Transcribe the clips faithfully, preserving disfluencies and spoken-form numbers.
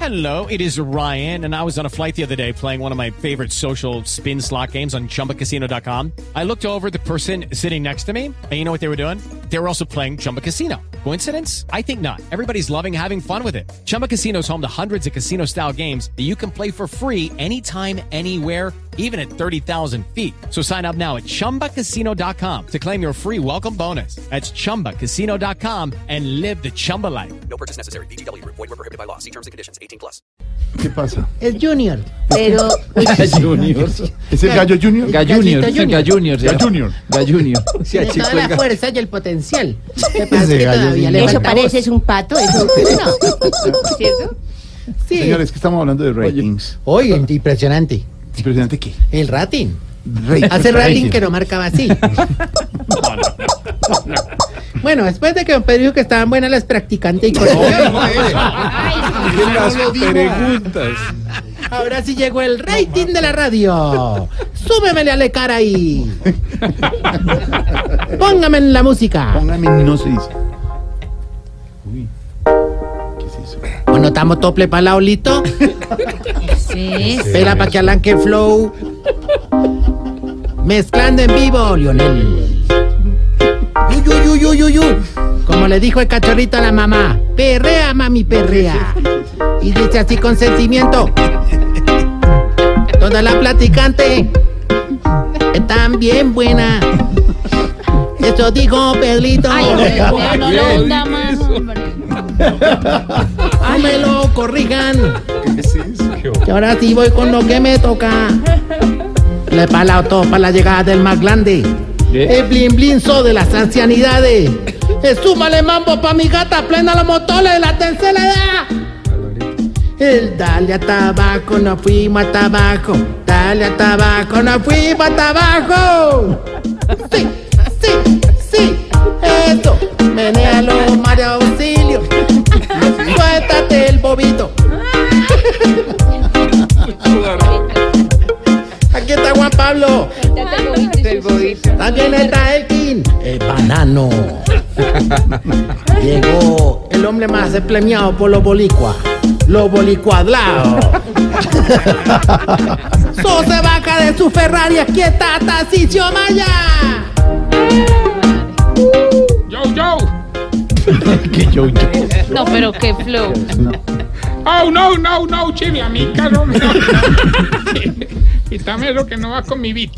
Hello, it is Ryan, and I was on a flight the other day playing one of my favorite social spin slot games on Chumba Casino dot com. I looked over at the person sitting next to me, and you know what they were doing? They were also playing Chumba Casino. Coincidence? I think not. Everybody's loving having fun with it. Chumba Casino is home to hundreds of casino-style games that you can play for free anytime, anywhere, even at thirty thousand feet. So sign up now at Chumba Casino dot com to claim your free welcome bonus. That's Chumba Casino dot com and live the Chumba life. No purchase necessary. V G W. Void where prohibited by law. See terms and conditions. eighteen plus. ¿Qué pasa? Es Junior, pero... Junior. ¿Es el Gallo Junior? Gallunior. Gallito Junior. Gallunior. Gallunior. Gallunior. Se Tiene toda achicó el la ga- fuerza y el potencial. ¿Qué pasa? Ese Que gallo todavía Junior. le Eso falta parece voz. es un pato, eso no. ¿Cierto? Sí. Señores, que estamos hablando de ratings. Oye, impresionante. ¿Impresionante qué? El rating. Rating. Hace rating que no marcaba así. Bueno, después de que don Pedro dijo que estaban buenas las practicantes y con las preguntas. ahora sí llegó el rating de la radio. Súbemele a la cara ahí. Póngame en la música. Póngame, no se dice. Uy. ¿Qué es eso? ¿O notamos tople para la olito? Sí. Espera para que arranque el flow. Mezclando en vivo, Lionel. Yu, yu, yu, yu, yu. Como le dijo el cachorrito a la mamá. Perrea, mami, perrea. Y dice así con sentimiento. Toda la platicante está bien buena. Eso dijo Pedrito. Ay, hombre, no lo hunda más, hombre. No me lo corrijan. ¿Qué es eso? Que ahora sí voy con lo que me toca. Le he palado todo para la llegada del más grande. ¿Qué? El blin blinzo de las ancianidades. Eh, súmale mambo pa' mi gata, plena los motores de la tercera edad. El dale a tabaco, no fuimos a tabaco. Dale a tabaco, no fuimos a tabaco. Sí, sí, sí, eso. Menéalo, María Auxilio. Suéltate el bobito. Aquí está Juan Pablo. También está Elkin. El banano. Llegó el hombre más premiado por los bolicuas. Los bolicuadlados. So se baja de su Ferrari. Aquí está Tarcisio Maya. Yo, yo. ¿Qué yo, yo? No, pero qué flow. Oh, no, no, no, chiflamica, no, no. Quítame eso que no va con mi beat.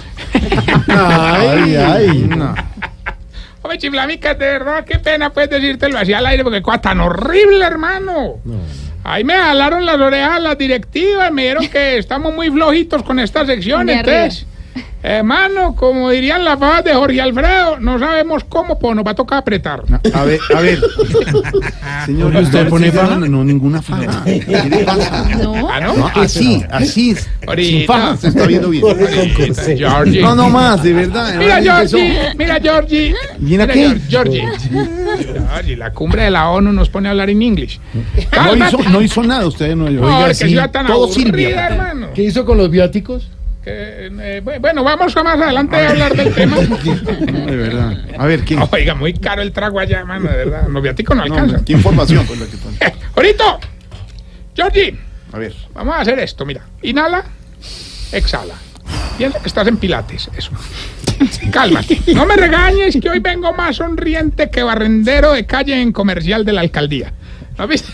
Ay, ay. No. Oye, chiflamica, de verdad, qué pena puedes decírtelo así al aire, porque cosa tan horrible, hermano. Ahí me jalaron las orejas las directivas, me dijeron que estamos muy flojitos con esta sección, De arriba. entonces... Hermano, como dirían las babas de Jorge Alfredo, no sabemos cómo, pues nos va a tocar apretar. A ver, a ver. Señor, ¿usted pone faja? No, ninguna faja. ¿Qué le pasa? No. ¿Ah, no? No, así, así es. Ahorita. Sin faja, se está viendo bien. Ahorita, Georgie. No, no más, de verdad. Mira, Ahí empezó. Georgie, mira, Georgie. ¿Mira Mira, qué? Geor- Georgie. Georgie, la cumbre de la ONU nos pone a hablar en inglés. No hizo, no hizo nada usted, no. Oiga, qué sí, ciudad tan todo aburrida, Silvia. hermano. ¿Qué hizo con los viáticos? Que, eh, bueno, vamos a más adelante a hablar del tema. No, de verdad. A ver, ¿quién? Oiga, muy caro el trago allá, hermano, de verdad. Los viáticos no No, alcanzan. ¿qué información con la que pone? Ahorita, Georgie, A ver. vamos a hacer esto, mira. Inhala, exhala. Piensa que estás en pilates, eso. Cálmate. No me regañes que hoy vengo más sonriente que barrendero de calle en comercial de la alcaldía. ¿Lo viste?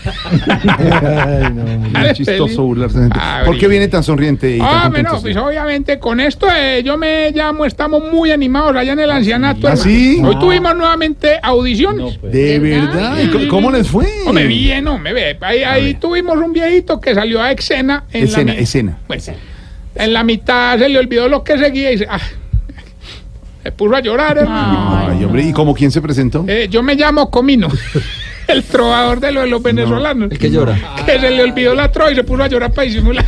Ay, no, muy Dale, chistoso feliz. burlarse de gente. Ah, ¿Por qué ahorita. viene tan sonriente y tan Ah, contento? bueno, pues señor? obviamente con esto eh, yo me llamo, estamos muy animados allá en el ancianato. ¿Ah, hermano. sí? Hoy tuvimos nuevamente audiciones. ¿De verdad? ¿Y co- ¿Cómo les fue? Hombre, bien, no, me ve. Ahí, ahí tuvimos un viejito que salió a escena. En Escena, la mi- escena. Bueno, en la mitad se le olvidó lo que seguía y se, ah, se puso a llorar, hermano. Ay, hombre, ¿y cómo quién se presentó? Eh, yo me llamo Comino, el trovador de, lo de los venezolanos. El que llora. Que se le olvidó la trova y se puso a llorar para disimular.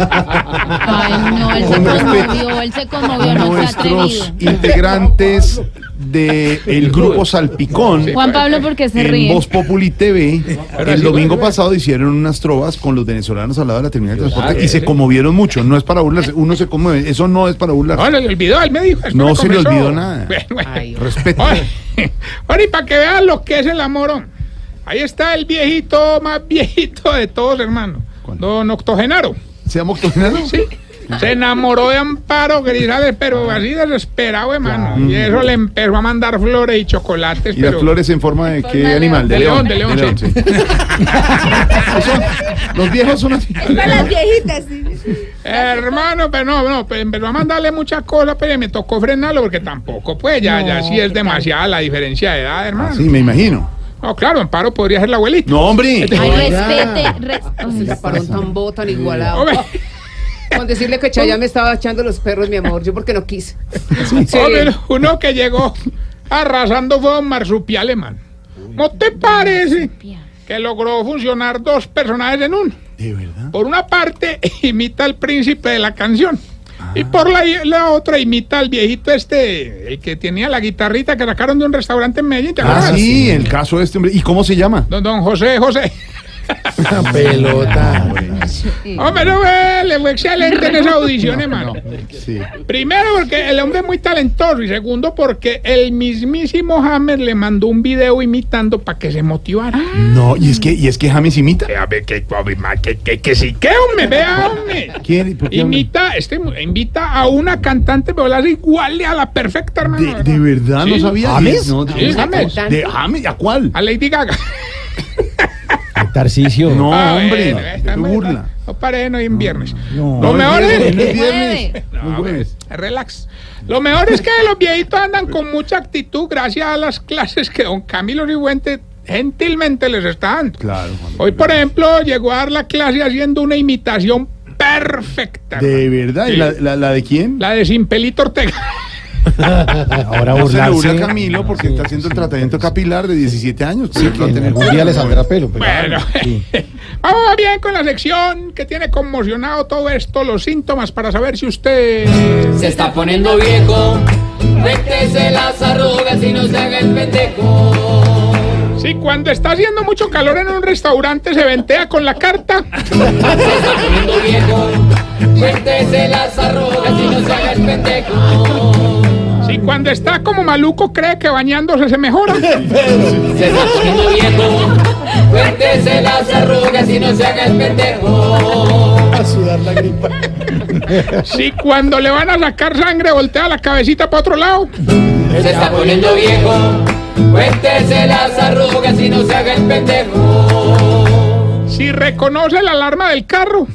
Ay, no, él se Con respeto. conmovió, él se conmovió, no se ha Nuestros atrevido. integrantes del grupo Salpicón Juan Pablo, ¿por qué se en ríe? Voz Populi T V el sí, domingo bueno, pasado hicieron unas trovas con los venezolanos al lado de la terminal de transporte y se conmovieron mucho. No es para burlarse, uno se conmueve, eso no es para No, burlarse. le olvidó, él me dijo. eso No me se le confesó. olvidó nada. Bueno, bueno. Ay, Respeto. Oye, oye, y para que vean lo que es el amor, hombre. Ahí está el viejito más viejito de todos, hermano. ¿Cuál? Don Octogenaro. ¿Se llama Octogenaro? Sí. Se enamoró de Amparo Grisales, pero así desesperado, hermano. Y eso le empezó a mandar flores y chocolates. ¿Y pero... las flores en forma de qué de animal? De león, de león, sí. sí. Son- los viejos son así. Para las viejitas, sí. Hermano, pero no, no, pero empezó a mandarle muchas cosas, pero me tocó frenarlo porque tampoco, pues ya, ya sí es demasiada la diferencia de edad, hermano. Sí, me imagino. No, claro, Amparo podría ser la abuelita. No, hombre. Ay, Oiga. respete. res- Se Ay, taparon tan bo, tan igualado. Hombre, Con decirle que Chayanne me estaba echando los perros, mi amor, yo porque no quise. Sí. hombre, uno que llegó arrasando fue Don Marsupial, man. ¿No te parece que logró funcionar dos personajes en uno? ¿De verdad? Por una parte, imita al príncipe de la canción. Y por la, la otra, imita al viejito este, el que tenía la guitarrita que sacaron de un restaurante en Medellín. ¿te Ah, acuerdas? sí, el caso de este hombre. ¿Y cómo se llama? Don, don José José. Pelota. Hombre, no, eh, le fue excelente en esa audición, hermano. Sí. Primero porque el hombre es muy talentoso y segundo porque el mismísimo James le mandó un video imitando para que se motivara. No, y es que, y es que James imita. A ver, que, que, que, que sí, que hombre, vea, hombre. ¿Quién? ¿Por qué habla? Imita, este, invita a una cantante, pero la hace igual a la perfecta, hermano. ¿De, de verdad no Sí. sabía? ¿James? No, Sí, James. ¿De James? ¿A cuál? A Lady Gaga. Tarcisio. No, Ah, hombre. bueno, qué está muy- burla. No pare, no, hoy en viernes. No. Lo No, mejor es es... viernes, no es Puede. viernes. No, No, jueves. relax. Lo mejor es que los viejitos andan con mucha actitud gracias a las clases que don Camilo Cifuentes gentilmente les está dando. Claro. Juan. Hoy, por ejemplo, llegó a dar la clase haciendo una imitación perfecta. ¿De hermano. verdad? ¿Y Sí. la, la, la de quién? La de Simpelito Ortega. Ahora No se le burla burlarse. a Camilo porque está haciendo el tratamiento capilar de diecisiete años. Sí, que en algún día le saldrá pelo. pero- Bueno, Sí. vamos bien con la sección que tiene conmocionado todo esto, los síntomas para saber si usted... Se está poniendo viejo, cuéntese las arrugas y no se haga el pendejo. Si cuando está haciendo mucho calor en un restaurante se ventea con la carta. Se está poniendo viejo, cuéntese las arrugas y no se haga el pendejo. Si cuando está como maluco cree que bañándose se mejora. Se está poniendo viejo, cuéntese las arrugas y no se haga el pendejo. A sudar la gripa. Si cuando le van a sacar sangre voltea la cabecita para otro lado. Se está poniendo viejo, cuéntese las arrugas y no se haga el pendejo. Si reconoce la alarma del carro.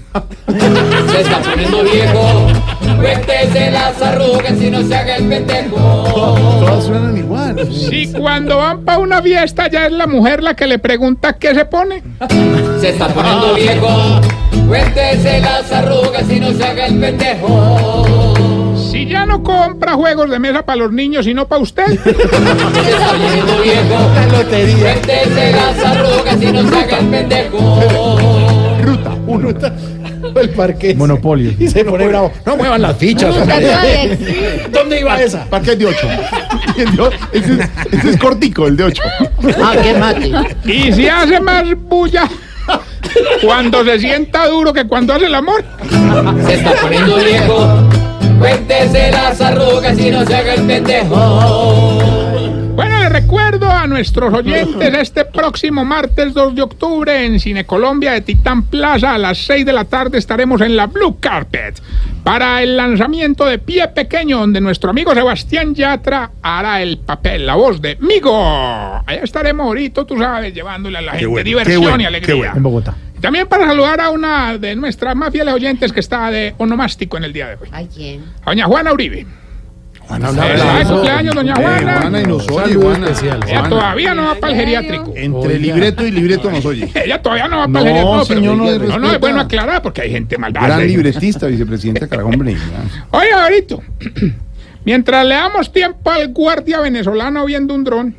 Se está poniendo viejo, cuéntese las arrugas y no se haga el pendejo. Todas suenan igual. Si cuando van para una fiesta ya es la mujer la que le pregunta qué se pone. Se está poniendo viejo, cuéntese las arrugas y no se haga el pendejo. Si ya no compra juegos de mesa para los niños sino para usted. Se está poniendo viejo, La lotería. cuéntese las arrugas y no se haga el pendejo. Ruta uno. El parque. Monopolio. Y se pone bravo. No muevan las fichas. Ya todavía existe. ¿Dónde iba esa? Parque de ocho. Ese es, ese es cortico, el de ocho. Ah, qué mate. Y si hace más bulla cuando se sienta duro que cuando hace el amor. Se está poniendo viejo, cuéntese las arrugas y no se haga el pendejo. Bueno, les recuerdo a nuestros oyentes este próximo martes dos de octubre en Cine Colombia de Titán Plaza a las seis de la tarde estaremos en la Blue Carpet para el lanzamiento de Pie Pequeño, donde nuestro amigo Sebastián Yatra hará el papel, la voz de Migo. Allá estaremos ahorita, tú sabes, llevándole a la gente bueno, diversión qué bueno, y qué alegría. bueno. En Bogotá. También para saludar a una de nuestras más fieles oyentes que está de onomástico en el día de hoy, ¿A quién? a doña Juana Uribe. Juana, Está de abrazo. cumpleaños, doña Eh, Juana. Juana y nos oye, Saludo Juana. especial. Ella Juana. todavía no va para el geriátrico. Entre libreto y libreto nos oye. Ella todavía no va No, para el geriátrico. pero- señor, no no, no, respeta. es bueno aclarar porque hay gente malvada. Gran libretista, vicepresidente Carajo, hombre. ya. Oiga, ahorita, mientras le damos tiempo al guardia venezolano viendo un dron,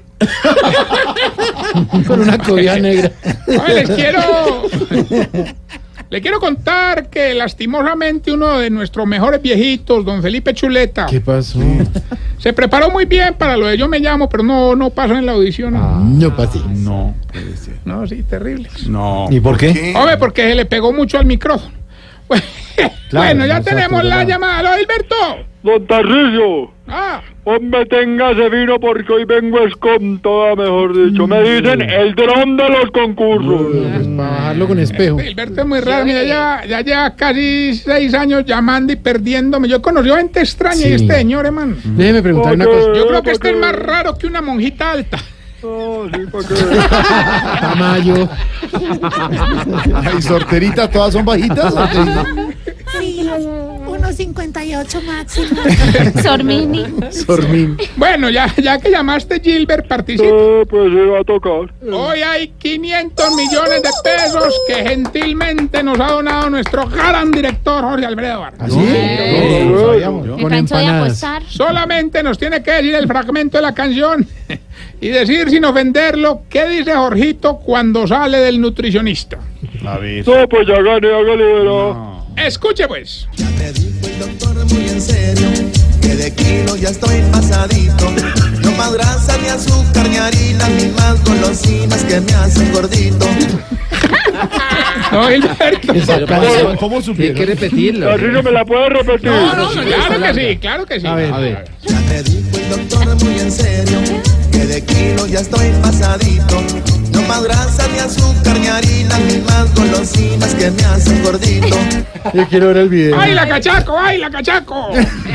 Con una cobija negra. oye, les quiero... Le quiero contar que lastimosamente uno de nuestros mejores viejitos, don Felipe Chuleta, ¿Qué pasó? se preparó muy bien para lo de Yo Me Llamo, pero no, no pasó en la audición. No, para ti. No, puede ser. No, sí, terrible. No. ¿Y por qué? Hombre, porque se le pegó mucho al micrófono. Bueno, ya no sea tenemos la colorado. llamada. ¿Aló, Alberto? Don Tarcisio, Ah, Hombre, tenga ese vino porque hoy vengo es con toda, mejor dicho. Me dicen el dron de los concursos. Pues para bajarlo con espejo. Gilberto es muy raro, mira, ya, ya lleva casi seis años llamando y perdiéndome. Yo he conocido gente extraña Sí. y este señor, hermano. Déjeme preguntar una cosa. Yo creo que este es más raro que una monjita alta. Ah, sí, ¿para qué? Tamayo. Ay, sorterita, todas son bajitas. Sorterita. Sí, uno cincuenta y ocho máximo. Sormini. Sormín. Bueno, ya, ya que llamaste, Gilbert, participa. Eh, pues se va a tocar. Hoy hay quinientos millones de pesos que gentilmente nos ha donado nuestro gran director Jorge Alfredo Vargas. ¿Así? Eh, No, no sabíamos. ¿Me Con cansó de empanadas. apostar? Solamente nos tiene que decir el fragmento de la canción y decir sin ofenderlo qué dice Jorgito cuando sale del nutricionista. A ver. No, pues ya gané, hágale, verá. Escuche pues. Me dijo el doctor muy en serio que de kilo ya estoy pasadito. No más grasa, ni azúcar, ni harina, ni más golosinas que me hacen gordito. No, Gilberto. ¿Cómo, cómo Hay que supieron? repetirlo. Así no me la puede repetir. No, no, no, claro que sí, claro que sí. A ver, A ver. Ya me dijo el doctor muy en serio que de kilo ya estoy pasadito. No más grasa, ni azúcar, ni harina, ni más golosinas que me hacen gordito. Yo quiero ver el video. ¡Ay, la cachaco! ¡Ay, la cachaco!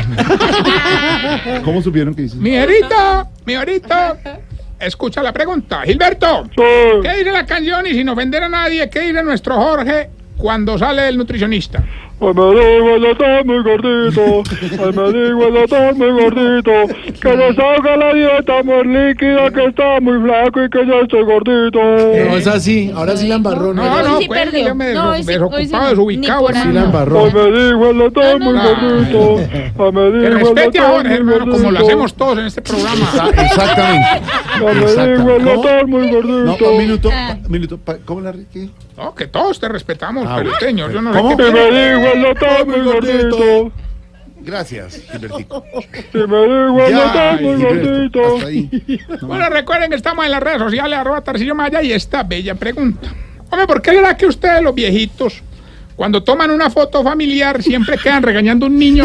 ¿Cómo supieron que dice? Mi herito, mi herito. Escucha la pregunta. Gilberto, Sí. ¿qué dice la canción? Y sin ofender a nadie, ¿qué dice nuestro Jorge cuando sale del nutricionista? Ay, me dijo el doctor muy gordito. Ay, me dijo el doctor muy gordito. Que le salga la dieta muy líquida, que está muy flaco y que ya estoy gordito. No, es así. Ahora sí la embarró. No, Hoy no, sí cuélguele, perdió. me No, hoy deso- sí- hoy sí desocupado, no. desubicado, Ni por Sí la año. embarró. Ay, me dijo el doctor No, muy no, no. gordito. Ay, me Que dijo el respete a doctor Jorge, muy hermano, como lo gordito. hacemos todos en este programa. Exactamente. Ay, me Exacto. dijo el ¿Cómo? doctor muy No, gordito. un minuto. Ah. Un minuto. pa- ¿Cómo la qué? No, que todos te respetamos, Ah, pero bueno. señor, yo no ¿Cómo? sé qué Y me quiere. dijo el doctor muy gordito. Gracias, Gilbertico. Y me dijo el Ya, doctor muy Gilberto, gordito. hasta ahí. Bueno, recuerden que estamos en las redes sociales, arroba Tarcillo Maya, y esta bella pregunta. Hombre, ¿por qué será que ustedes, los viejitos, cuando toman una foto familiar, siempre quedan regañando a un niño?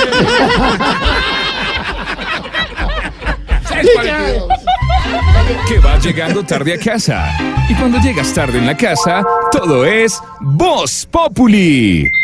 Que vas llegando tarde a casa. Y cuando llegas tarde en la casa, todo es Voz Populi.